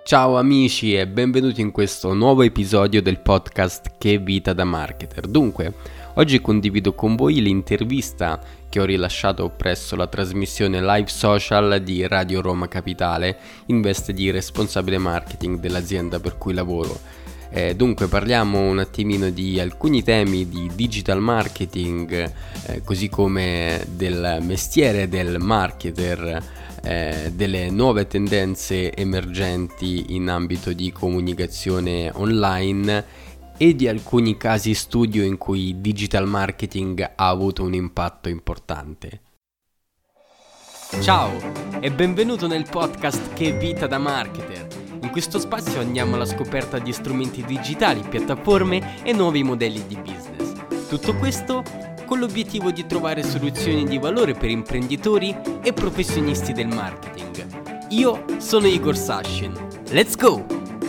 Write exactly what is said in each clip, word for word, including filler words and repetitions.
Ciao amici e benvenuti in questo nuovo episodio del podcast Che vita da marketer. Dunque, oggi condivido con voi l'intervista che ho rilasciato presso la trasmissione live social di Radio Roma Capitale in veste di responsabile marketing dell'azienda per cui lavoro. Eh, dunque parliamo un attimino di alcuni temi di digital marketing, eh, così come del mestiere del marketer, eh, delle nuove tendenze emergenti in ambito di comunicazione online e di alcuni casi studio in cui il digital marketing ha avuto un impatto importante. Ciao e benvenuto nel podcast Che vita da marketer. In questo spazio andiamo alla scoperta di strumenti digitali, piattaforme e nuovi modelli di business. Tutto questo con l'obiettivo di trovare soluzioni di valore per imprenditori e professionisti del marketing. Io sono Igor Sashin. Let's go!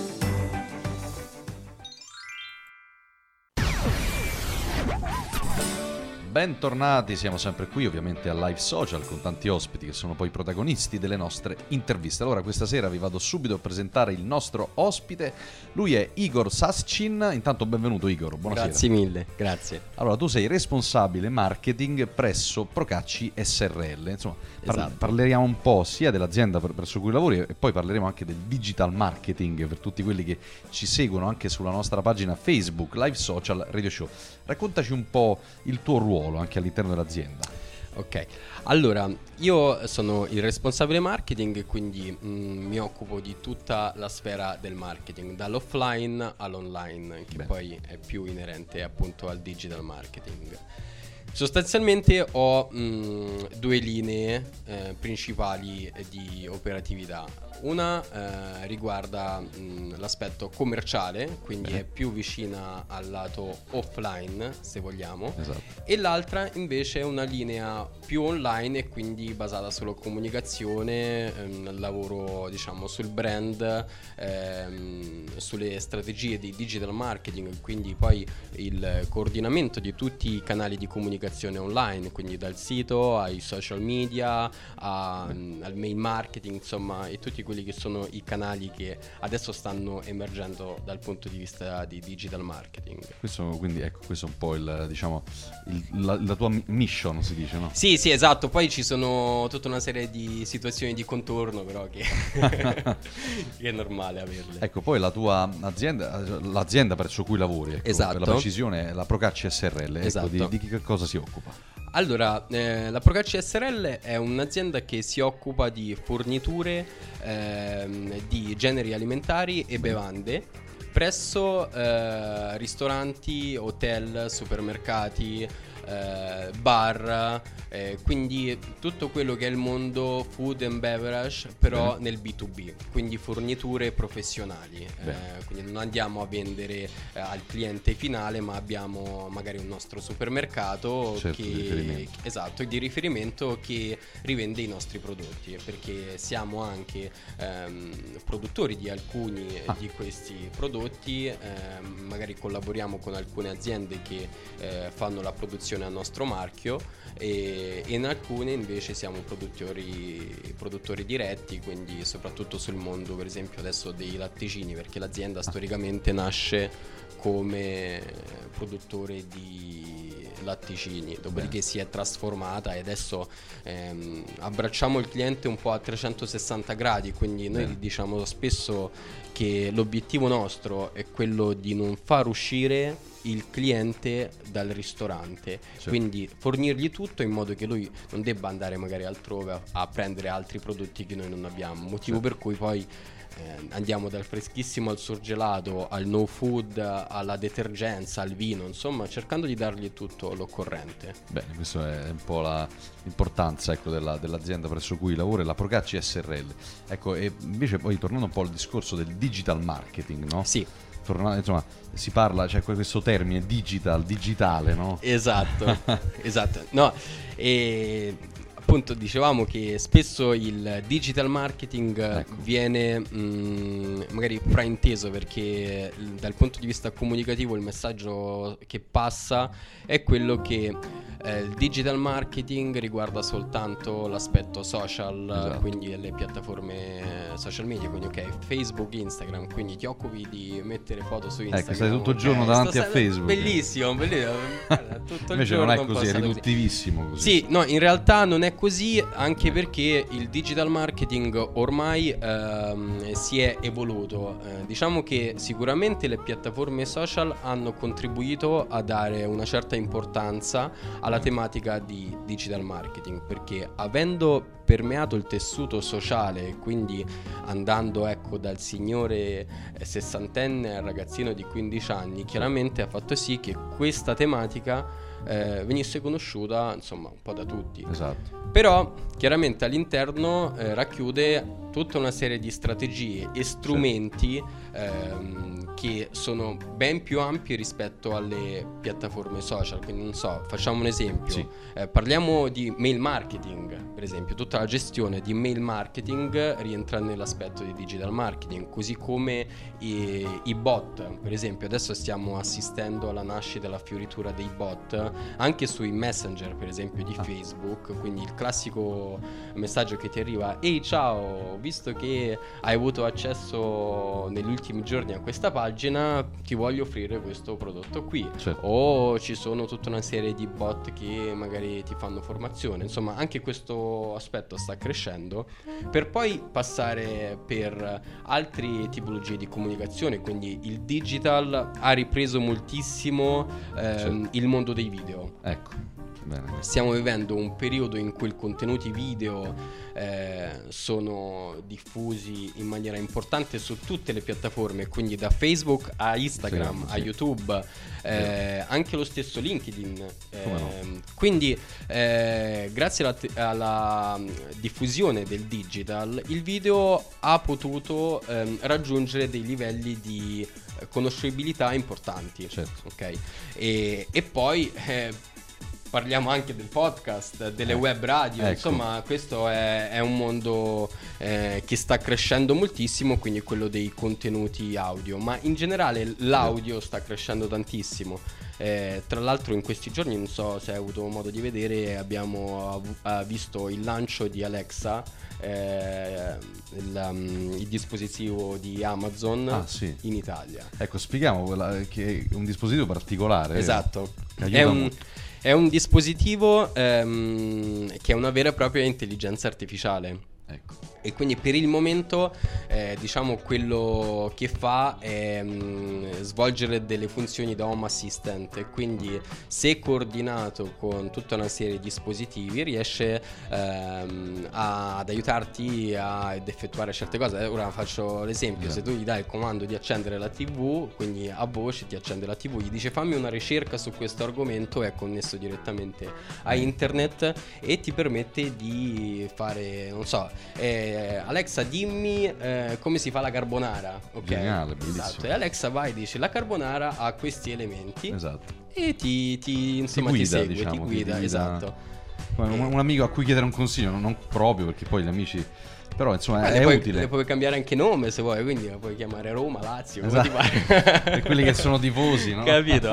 Bentornati, siamo sempre qui ovviamente a Live Social con tanti ospiti che sono poi protagonisti delle nostre interviste. Allora questa sera vi vado subito a presentare il nostro ospite, lui è Igor Sashin. Intanto benvenuto Igor, buonasera. Grazie mille, grazie. Allora tu sei responsabile marketing presso Procacci S R L, insomma par- esatto. Parleremo un po' sia dell'azienda per- presso cui lavori e poi parleremo anche del digital marketing per tutti quelli che ci seguono anche sulla nostra pagina Facebook Live Social Radio Show. Raccontaci un po' il tuo ruolo anche all'interno dell'azienda. Ok, allora io sono il responsabile marketing, quindi mh, mi occupo di tutta la sfera del marketing, dall'offline all'online, che Bene. poi è più inerente appunto al digital marketing. Sostanzialmente ho mh, due linee eh, principali di operatività. Una eh, riguarda mh, l'aspetto commerciale, quindi Beh. è più vicina al lato offline, se vogliamo, Esatto. e l'altra invece è una linea più online e quindi basata sulla comunicazione, ehm, lavoro diciamo sul brand, ehm, sulle strategie di digital marketing, quindi poi il coordinamento di tutti i canali di comunicazione online, quindi dal sito ai social media a, al mail marketing, insomma, e tutti quelli che sono i canali che adesso stanno emergendo dal punto di vista di digital marketing. Questo, quindi ecco, questo è un po' il, diciamo, il, la, la tua mission, si dice, no? Sì, sì, esatto, poi ci sono tutta una serie di situazioni di contorno però che, che è normale averle. Ecco, poi la tua azienda, l'azienda presso cui lavori, ecco, Esatto. per la precisione, è la Procacci S R L, ecco, Esatto. di, di che cosa si occupa? Allora, eh, la Procacci S R L è un'azienda che si occupa di forniture ehm, di generi alimentari e bevande presso eh, ristoranti, hotel, supermercati, eh, bar, eh, quindi tutto quello che è il mondo food and beverage, però Bene. nel B due B, quindi forniture professionali. Bene. Eh, quindi non andiamo a vendere eh, al cliente finale, ma abbiamo magari un nostro supermercato Certo, che, di riferimento. esatto, di riferimento che rivende i nostri prodotti, perché siamo anche ehm, produttori di alcuni Ah. di questi prodotti, ehm, magari collaboriamo con alcune aziende che eh, fanno la produzione a nostro marchio e, e in alcune invece siamo produttori, produttori diretti, quindi soprattutto sul mondo per esempio adesso dei latticini, perché l'azienda storicamente nasce come produttore di latticini, dopodiché Bene. si è trasformata e adesso ehm, abbracciamo il cliente un po' a trecentosessanta gradi, quindi noi Bene. diciamo spesso che l'obiettivo nostro è quello di non far uscire il cliente dal ristorante, Certo. quindi fornirgli tutto in modo che lui non debba andare magari altrove a, a prendere altri prodotti che noi non abbiamo, motivo Certo. per cui poi eh, andiamo dal freschissimo al surgelato al no food alla detergenza al vino, insomma cercando di dargli tutto l'occorrente. Bene, questa è un po' la, l'importanza, ecco, della, dell'azienda presso cui lavoro, la Procacci S R L. Ecco, e invece poi tornando un po' al discorso del digital marketing, no? Sì, Torna- insomma, si parla, c'è cioè questo termine digital, digitale, no? esatto, esatto. No, e appunto dicevamo che spesso il digital marketing ecco. viene mh, magari frainteso, perché dal punto di vista comunicativo il messaggio che passa è quello che eh, il digital marketing riguarda soltanto l'aspetto social, esatto. quindi le piattaforme social media, quindi ok, Facebook, Instagram, quindi ti occupi di mettere foto su Instagram. Ecco, stai tutto il okay, giorno davanti a sto, Facebook. Bellissimo, bellissimo. Tutto il Invece giorno non è così, è riduttivissimo così. Sì, no, in realtà non è così, anche perché il digital marketing ormai ehm, si è evoluto. Eh, diciamo che sicuramente le piattaforme social hanno contribuito a dare una certa importanza alla tematica di digital marketing, perché avendo permeato il tessuto sociale, quindi andando ecco dal signore sessantenne al ragazzino di quindici anni, chiaramente ha fatto sì che questa tematica eh, venisse conosciuta insomma un po' da tutti. Esatto. Però chiaramente all'interno eh, racchiude tutta una serie di strategie e strumenti ehm, che sono ben più ampi rispetto alle piattaforme social. Quindi non so, facciamo un esempio, sì. eh, parliamo di mail marketing, per esempio. Tutta la gestione di mail marketing rientra nell'aspetto di digital marketing, così come i, i bot, per esempio. Adesso stiamo assistendo alla nascita e alla fioritura dei bot anche sui messenger, per esempio di ah. Facebook. Quindi il classico messaggio che ti arriva: ehi ciao, visto che hai avuto accesso negli ultimi giorni a questa pagina, ti voglio offrire questo prodotto qui. Certo. O ci sono tutta una serie di bot che magari ti fanno formazione. Insomma, anche questo aspetto sta crescendo, per poi passare per altre tipologie di comunicazione. Quindi il digital ha ripreso moltissimo ehm, certo. il mondo dei video. Ecco. Bene. Stiamo vivendo un periodo in cui i contenuti video eh, sono diffusi in maniera importante su tutte le piattaforme, quindi da Facebook a Instagram, sì, a sì. YouTube, eh, anche lo stesso LinkedIn. Eh, no? Quindi eh, grazie alla, te- alla diffusione del digital, il video ha potuto ehm, raggiungere dei livelli di conoscibilità importanti. Certo. Ok. E, e poi eh, parliamo anche del podcast, delle eh, web radio, ecco. Insomma questo è, è un mondo eh, che sta crescendo moltissimo, quindi quello dei contenuti audio, ma in generale l'audio sta crescendo tantissimo. Eh, tra l'altro in questi giorni, non so se hai avuto modo di vedere, abbiamo av- uh, visto il lancio di Alexa, eh, il, um, il dispositivo di Amazon ah, sì. in Italia. Ecco, spieghiamo quella, che è un dispositivo particolare. Esatto, è un, è un dispositivo ehm, che è una vera e propria intelligenza artificiale. Ecco. E quindi per il momento eh, diciamo quello che fa è mh, svolgere delle funzioni da home assistant, quindi se coordinato con tutta una serie di dispositivi riesce ehm, a, ad aiutarti a, ad effettuare certe cose. Ora faccio l'esempio, yeah. se tu gli dai il comando di accendere la tivù, quindi a voce ti accende la tivù, gli dice fammi una ricerca su questo argomento, è connesso direttamente a internet e ti permette di fare, non so, eh, Alexa dimmi eh, come si fa la carbonara. Ok, geniale, bellissimo. Esatto. E Alexa vai, dice la carbonara ha questi elementi. Esatto. E ti, ti, insomma, ti guida, ti segue, diciamo, ti guida, ti guida. Esatto. Un, un amico a cui chiedere un consiglio, non proprio perché poi gli amici, però insomma Beh, è puoi, utile. Le puoi cambiare anche nome se vuoi, quindi la puoi chiamare Roma, Lazio, esatto. come ti pare. Per quelli che sono tifosi, no? Capito?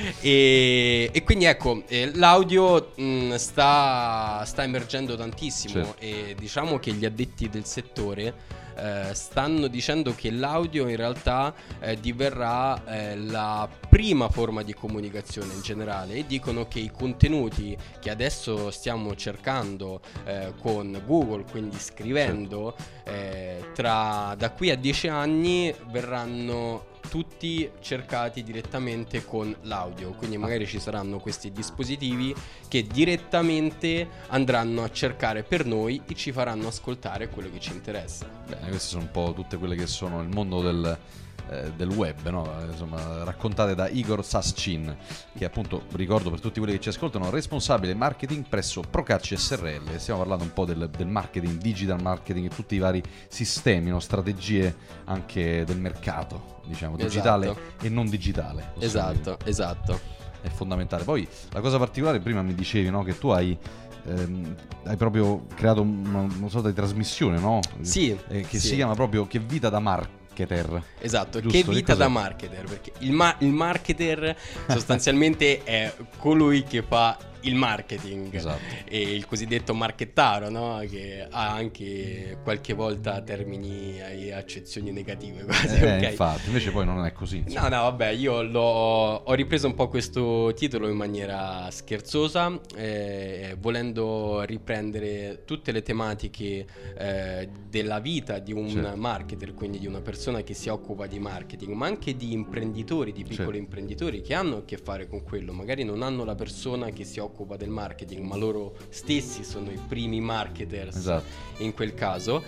e, e quindi ecco, eh, l'audio mh, sta, sta emergendo tantissimo, certo. E diciamo che gli addetti del settore Eh, stanno dicendo che l'audio in realtà eh, diverrà eh, la prima forma di comunicazione in generale, e dicono che i contenuti che adesso stiamo cercando eh, con Google, quindi scrivendo, certo. eh, tra da qui a dieci anni verranno tutti cercati direttamente con l'audio, quindi magari ci saranno questi dispositivi che direttamente andranno a cercare per noi e ci faranno ascoltare quello che ci interessa. Bene, queste sono un po' tutte quelle che sono il mondo del, eh, del web, no? Insomma, raccontate da Igor Sascin, che appunto, ricordo per tutti quelli che ci ascoltano, responsabile marketing presso Procacci S R L. Stiamo parlando un po' del, del marketing, digital marketing e tutti i vari sistemi, no? Strategie anche del mercato, diciamo, digitale, esatto. E non digitale. Esatto, dire. esatto. È fondamentale. Poi la cosa particolare, prima mi dicevi, no, che tu hai ehm, hai proprio creato una, una sorta di trasmissione, no? Sì, eh, che sì. si chiama proprio Che vita da marketer. Esatto, Giusto? che Che vita cos'è? da marketer, perché il, ma- il marketer sostanzialmente è colui che fa il marketing, Esatto. e il cosiddetto marchettaro, no? Che ha anche qualche volta termini e accezioni negative quasi, Eh, ok? infatti, invece poi non è così. insomma. No, no, vabbè, io l'ho, ho ripreso un po' questo titolo in maniera scherzosa, eh, volendo riprendere tutte le tematiche eh, della vita di un Certo. marketer, quindi di una persona che si occupa di marketing, ma anche di imprenditori, di piccoli Certo. imprenditori che hanno a che fare con quello. Magari non hanno la persona che si occupa del marketing, ma loro stessi sono i primi marketers Esatto. in quel caso.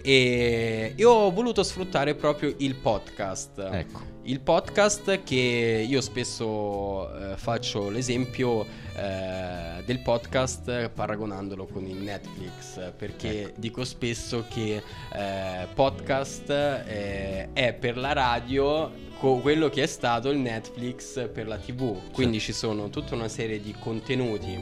E io ho voluto sfruttare proprio il podcast. Ecco. Il podcast, che io spesso eh, faccio l'esempio eh, del podcast paragonandolo con il Netflix, perché Ecco. dico spesso che eh, podcast eh, è per la radio co- quello che è stato il Netflix per la tivù. Quindi ci sono tutta una serie di contenuti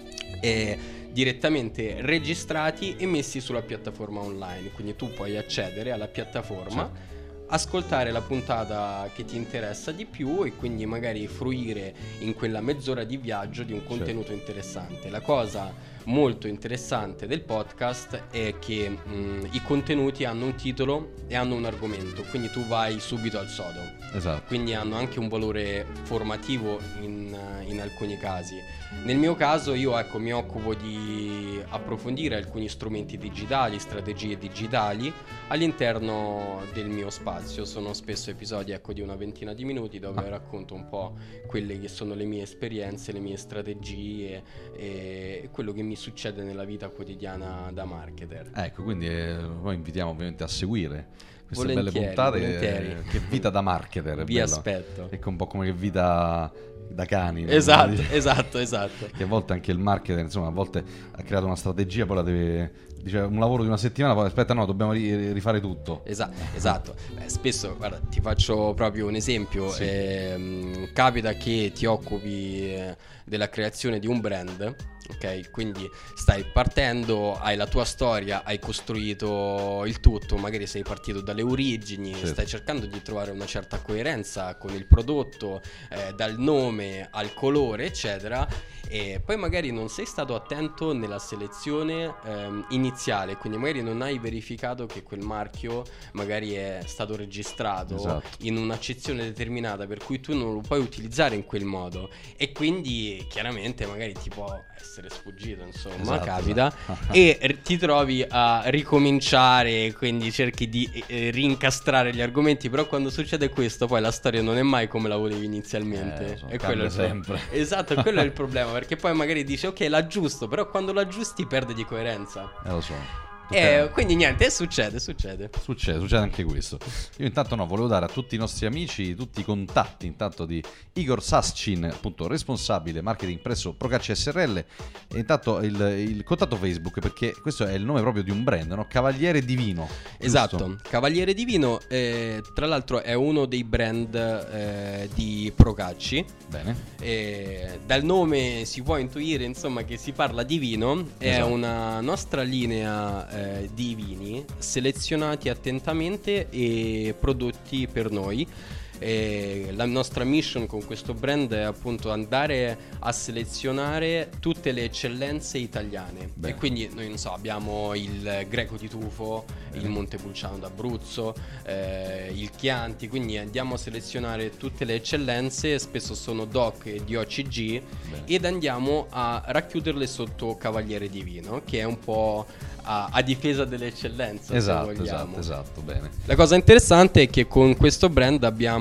e direttamente registrati e messi sulla piattaforma online, quindi tu puoi accedere alla piattaforma, Certo. ascoltare la puntata che ti interessa di più e quindi magari fruire in quella mezz'ora di viaggio di un contenuto interessante. La cosa molto interessante del podcast è che mh, i contenuti hanno un titolo e hanno un argomento, quindi tu vai subito al sodo. Esatto. Quindi hanno anche un valore formativo in, in alcuni casi. Nel mio caso io ecco mi occupo di approfondire alcuni strumenti digitali, strategie digitali all'interno del mio spazio. Sono spesso episodi ecco di una ventina di minuti dove Ah. racconto un po' quelle che sono le mie esperienze, le mie strategie e, e quello che mi succede nella vita quotidiana da marketer. Ecco, quindi eh, poi invitiamo ovviamente a seguire queste Volentieri, belle puntate. volentieri. eh, Che vita da marketer. È Vi bello. aspetto. Ecco, un po' come Che vita da cani. no? Esatto, esatto, esatto. Che a volte anche il marketer, insomma, a volte ha creato una strategia, poi la deve, dice un lavoro di una settimana, poi aspetta, no, dobbiamo ri- rifare tutto. Esa- esatto. Beh, spesso, guarda, ti faccio proprio un esempio. Sì. Ehm, capita che ti occupi eh, della creazione di un brand, ok? Quindi stai partendo, hai la tua storia, hai costruito il tutto, magari sei partito dalle origini, Certo. stai cercando di trovare una certa coerenza con il prodotto, eh, dal nome al colore, eccetera. E poi magari non sei stato attento nella selezione ehm, iniziale, quindi magari non hai verificato che quel marchio magari è stato registrato Esatto. in un'accezione determinata, per cui tu non lo puoi utilizzare in quel modo e quindi chiaramente magari ti può essere sfuggito, insomma, Esatto, capita, esatto. e r- ti trovi a ricominciare, quindi cerchi di eh, rincastrare gli argomenti, però quando succede questo poi la storia non è mai come la volevi inizialmente. Eh, lo so, e cambia quello è il pro- sempre. Esatto, quello è il problema, perché poi magari dici ok, l'aggiusto, però quando l'aggiusti perde di coerenza. Eh, lo so. E quindi niente, succede, succede. Succede, succede anche questo. Io intanto no, volevo dare a tutti i nostri amici tutti i contatti intanto di Igor Sascin, appunto responsabile marketing presso Procacci S R L, e intanto il, il contatto Facebook, perché questo è il nome proprio di un brand, no? Cavaliere Divino. Esatto, giusto? Cavaliere Divino, eh, tra l'altro è uno dei brand eh, di Procacci. Bene. E dal nome si può intuire insomma che si parla di vino. È Esatto. una nostra linea eh, di vini selezionati attentamente e prodotti per noi. E la nostra mission con questo brand è appunto andare a selezionare tutte le eccellenze italiane. Bene. E quindi noi non so, abbiamo il Greco di Tufo, Bene. il Montepulciano d'Abruzzo, eh, il Chianti, quindi andiamo a selezionare tutte le eccellenze, spesso sono D O C e di O C G, Bene. ed andiamo a racchiuderle sotto Cavaliere Divino, che è un po' a, a difesa dell'eccellenza, Esatto, se vogliamo. esatto, esatto, bene. La cosa interessante è che con questo brand abbiamo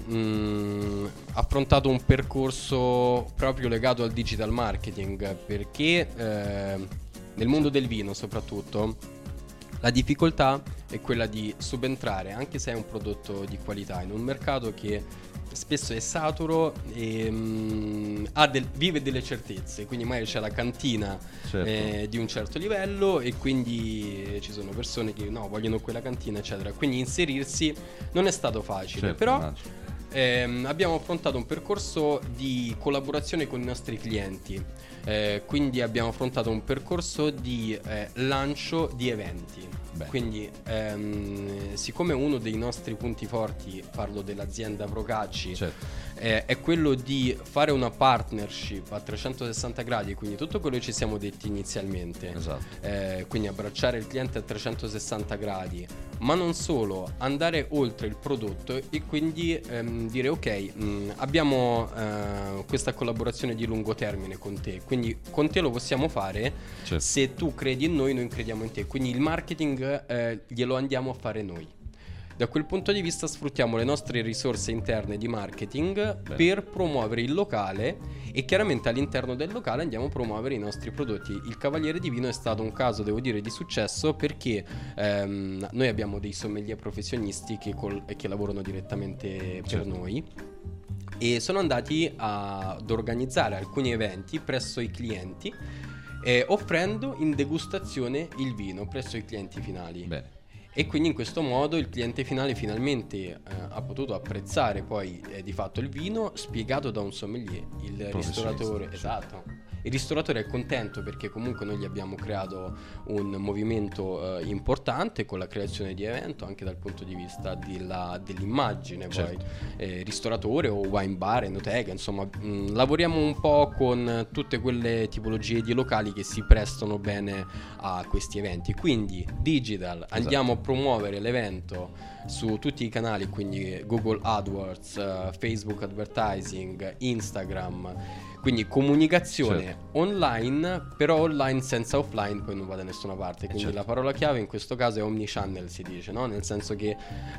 mh, affrontato un percorso proprio legato al digital marketing, perché eh, nel mondo del vino soprattutto la difficoltà è quella di subentrare, anche se è un prodotto di qualità, in un mercato che spesso è saturo e mh, ha del- vive delle certezze, quindi magari c'è la cantina Certo. eh, di un certo livello e quindi eh, ci sono persone che no, vogliono quella cantina, eccetera. Quindi inserirsi non è stato facile, Certo, però immagino. ehm, abbiamo affrontato un percorso di collaborazione con i nostri clienti, eh, quindi abbiamo affrontato un percorso di eh, lancio di eventi. Beh. Quindi ehm, siccome uno dei nostri punti forti, parlo dell'azienda Procacci, certo. eh, è quello di fare una partnership a trecentosessanta gradi, quindi tutto quello che ci siamo detti inizialmente, esatto. eh, quindi abbracciare il cliente a trecentosessanta gradi, ma non solo, andare oltre il prodotto e quindi ehm, dire ok, mh, abbiamo eh, questa collaborazione di lungo termine con te, quindi con te lo possiamo fare, certo. Se tu credi in noi, noi crediamo in te, quindi il marketing eh, glielo andiamo a fare noi. Da quel punto di vista sfruttiamo le nostre risorse interne di marketing Beh. per promuovere il locale, e chiaramente all'interno del locale andiamo a promuovere i nostri prodotti. Il Cavaliere di Vino è stato un caso, devo dire, di successo, perché ehm, noi abbiamo dei sommelier professionisti che, col- che lavorano direttamente per certo. noi, e sono andati a- ad organizzare alcuni eventi presso i clienti, eh, offrendo in degustazione il vino presso i clienti finali. Bene. E quindi in questo modo il cliente finale finalmente eh, ha potuto apprezzare poi eh, di fatto il vino spiegato da un sommelier. Il ristoratore, esatto. Il ristoratore è contento perché comunque noi gli abbiamo creato un movimento eh, importante con la creazione di evento, anche dal punto di vista della, dell'immagine. Certo. Poi eh, ristoratore o wine bar, enoteca, insomma mh, lavoriamo un po' con tutte quelle tipologie di locali che si prestano bene a questi eventi. Quindi digital, esatto. Andiamo a promuovere l'evento su tutti i canali, quindi Google AdWords, uh, Facebook Advertising, Instagram, quindi comunicazione certo. online, però online senza offline poi non va da nessuna parte, quindi certo. La parola chiave in questo caso è omnichannel, si dice, no? Nel senso che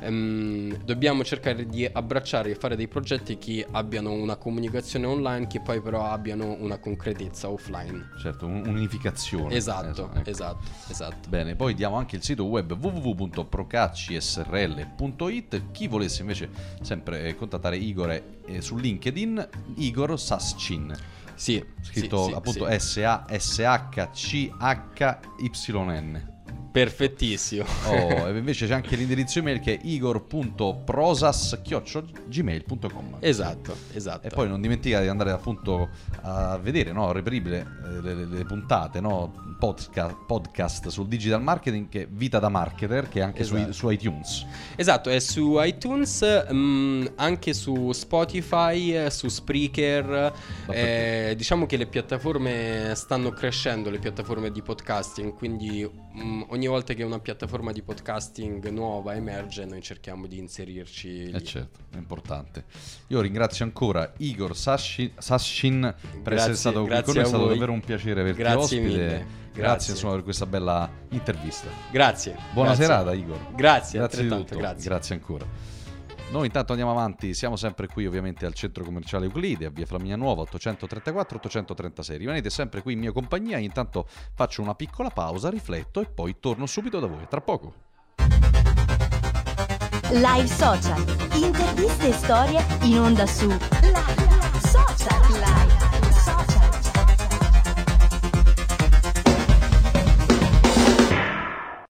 um, dobbiamo cercare di abbracciare e fare dei progetti che abbiano una comunicazione online che poi però abbiano una concretezza offline. Certo, un'unificazione. Esatto, ecco. esatto, esatto. Bene, poi diamo anche il sito web w w w punto procacci s r l punto i t. Chi volesse invece sempre contattare Igor è eh, su LinkedIn, Igor Saschin. Sì, scritto sì, appunto sì. S A S H C H Y N. Perfettissimo. Oh, e invece c'è anche l'indirizzo email che è igor punto prosas chiocciola gmail punto com. Esatto, esatto. E poi non dimenticate di andare appunto a vedere, no, reperibile eh, le, le puntate, no, podcast, podcast sul digital marketing, che è Vita da Marketer, che è anche esatto. su, su iTunes. Esatto, è su iTunes, mh, anche su Spotify, su Spreaker. Eh, diciamo che le piattaforme stanno crescendo, le piattaforme di podcasting, quindi mh, ogni volta che una piattaforma di podcasting nuova emerge noi cerchiamo di inserirci lì. Eh certo, è importante. Io ringrazio ancora Igor Sascin, Sascin per grazie, essere stato qui con noi, è stato davvero un piacere averti grazie ospite. Mille. Grazie, grazie insomma per questa bella intervista. Grazie. Buona grazie. serata Igor. Grazie, grazie di tutto. Grazie. Grazie ancora. Noi intanto andiamo avanti, siamo sempre qui ovviamente al centro commerciale Euclide, a via Flaminia Nuova, ottocentotrentaquattro ottocentotrentasei. Rimanete sempre qui in mia compagnia, intanto faccio una piccola pausa, rifletto e poi torno subito da voi. Tra poco. Live Social, interviste e storie in onda su Live Social. Live.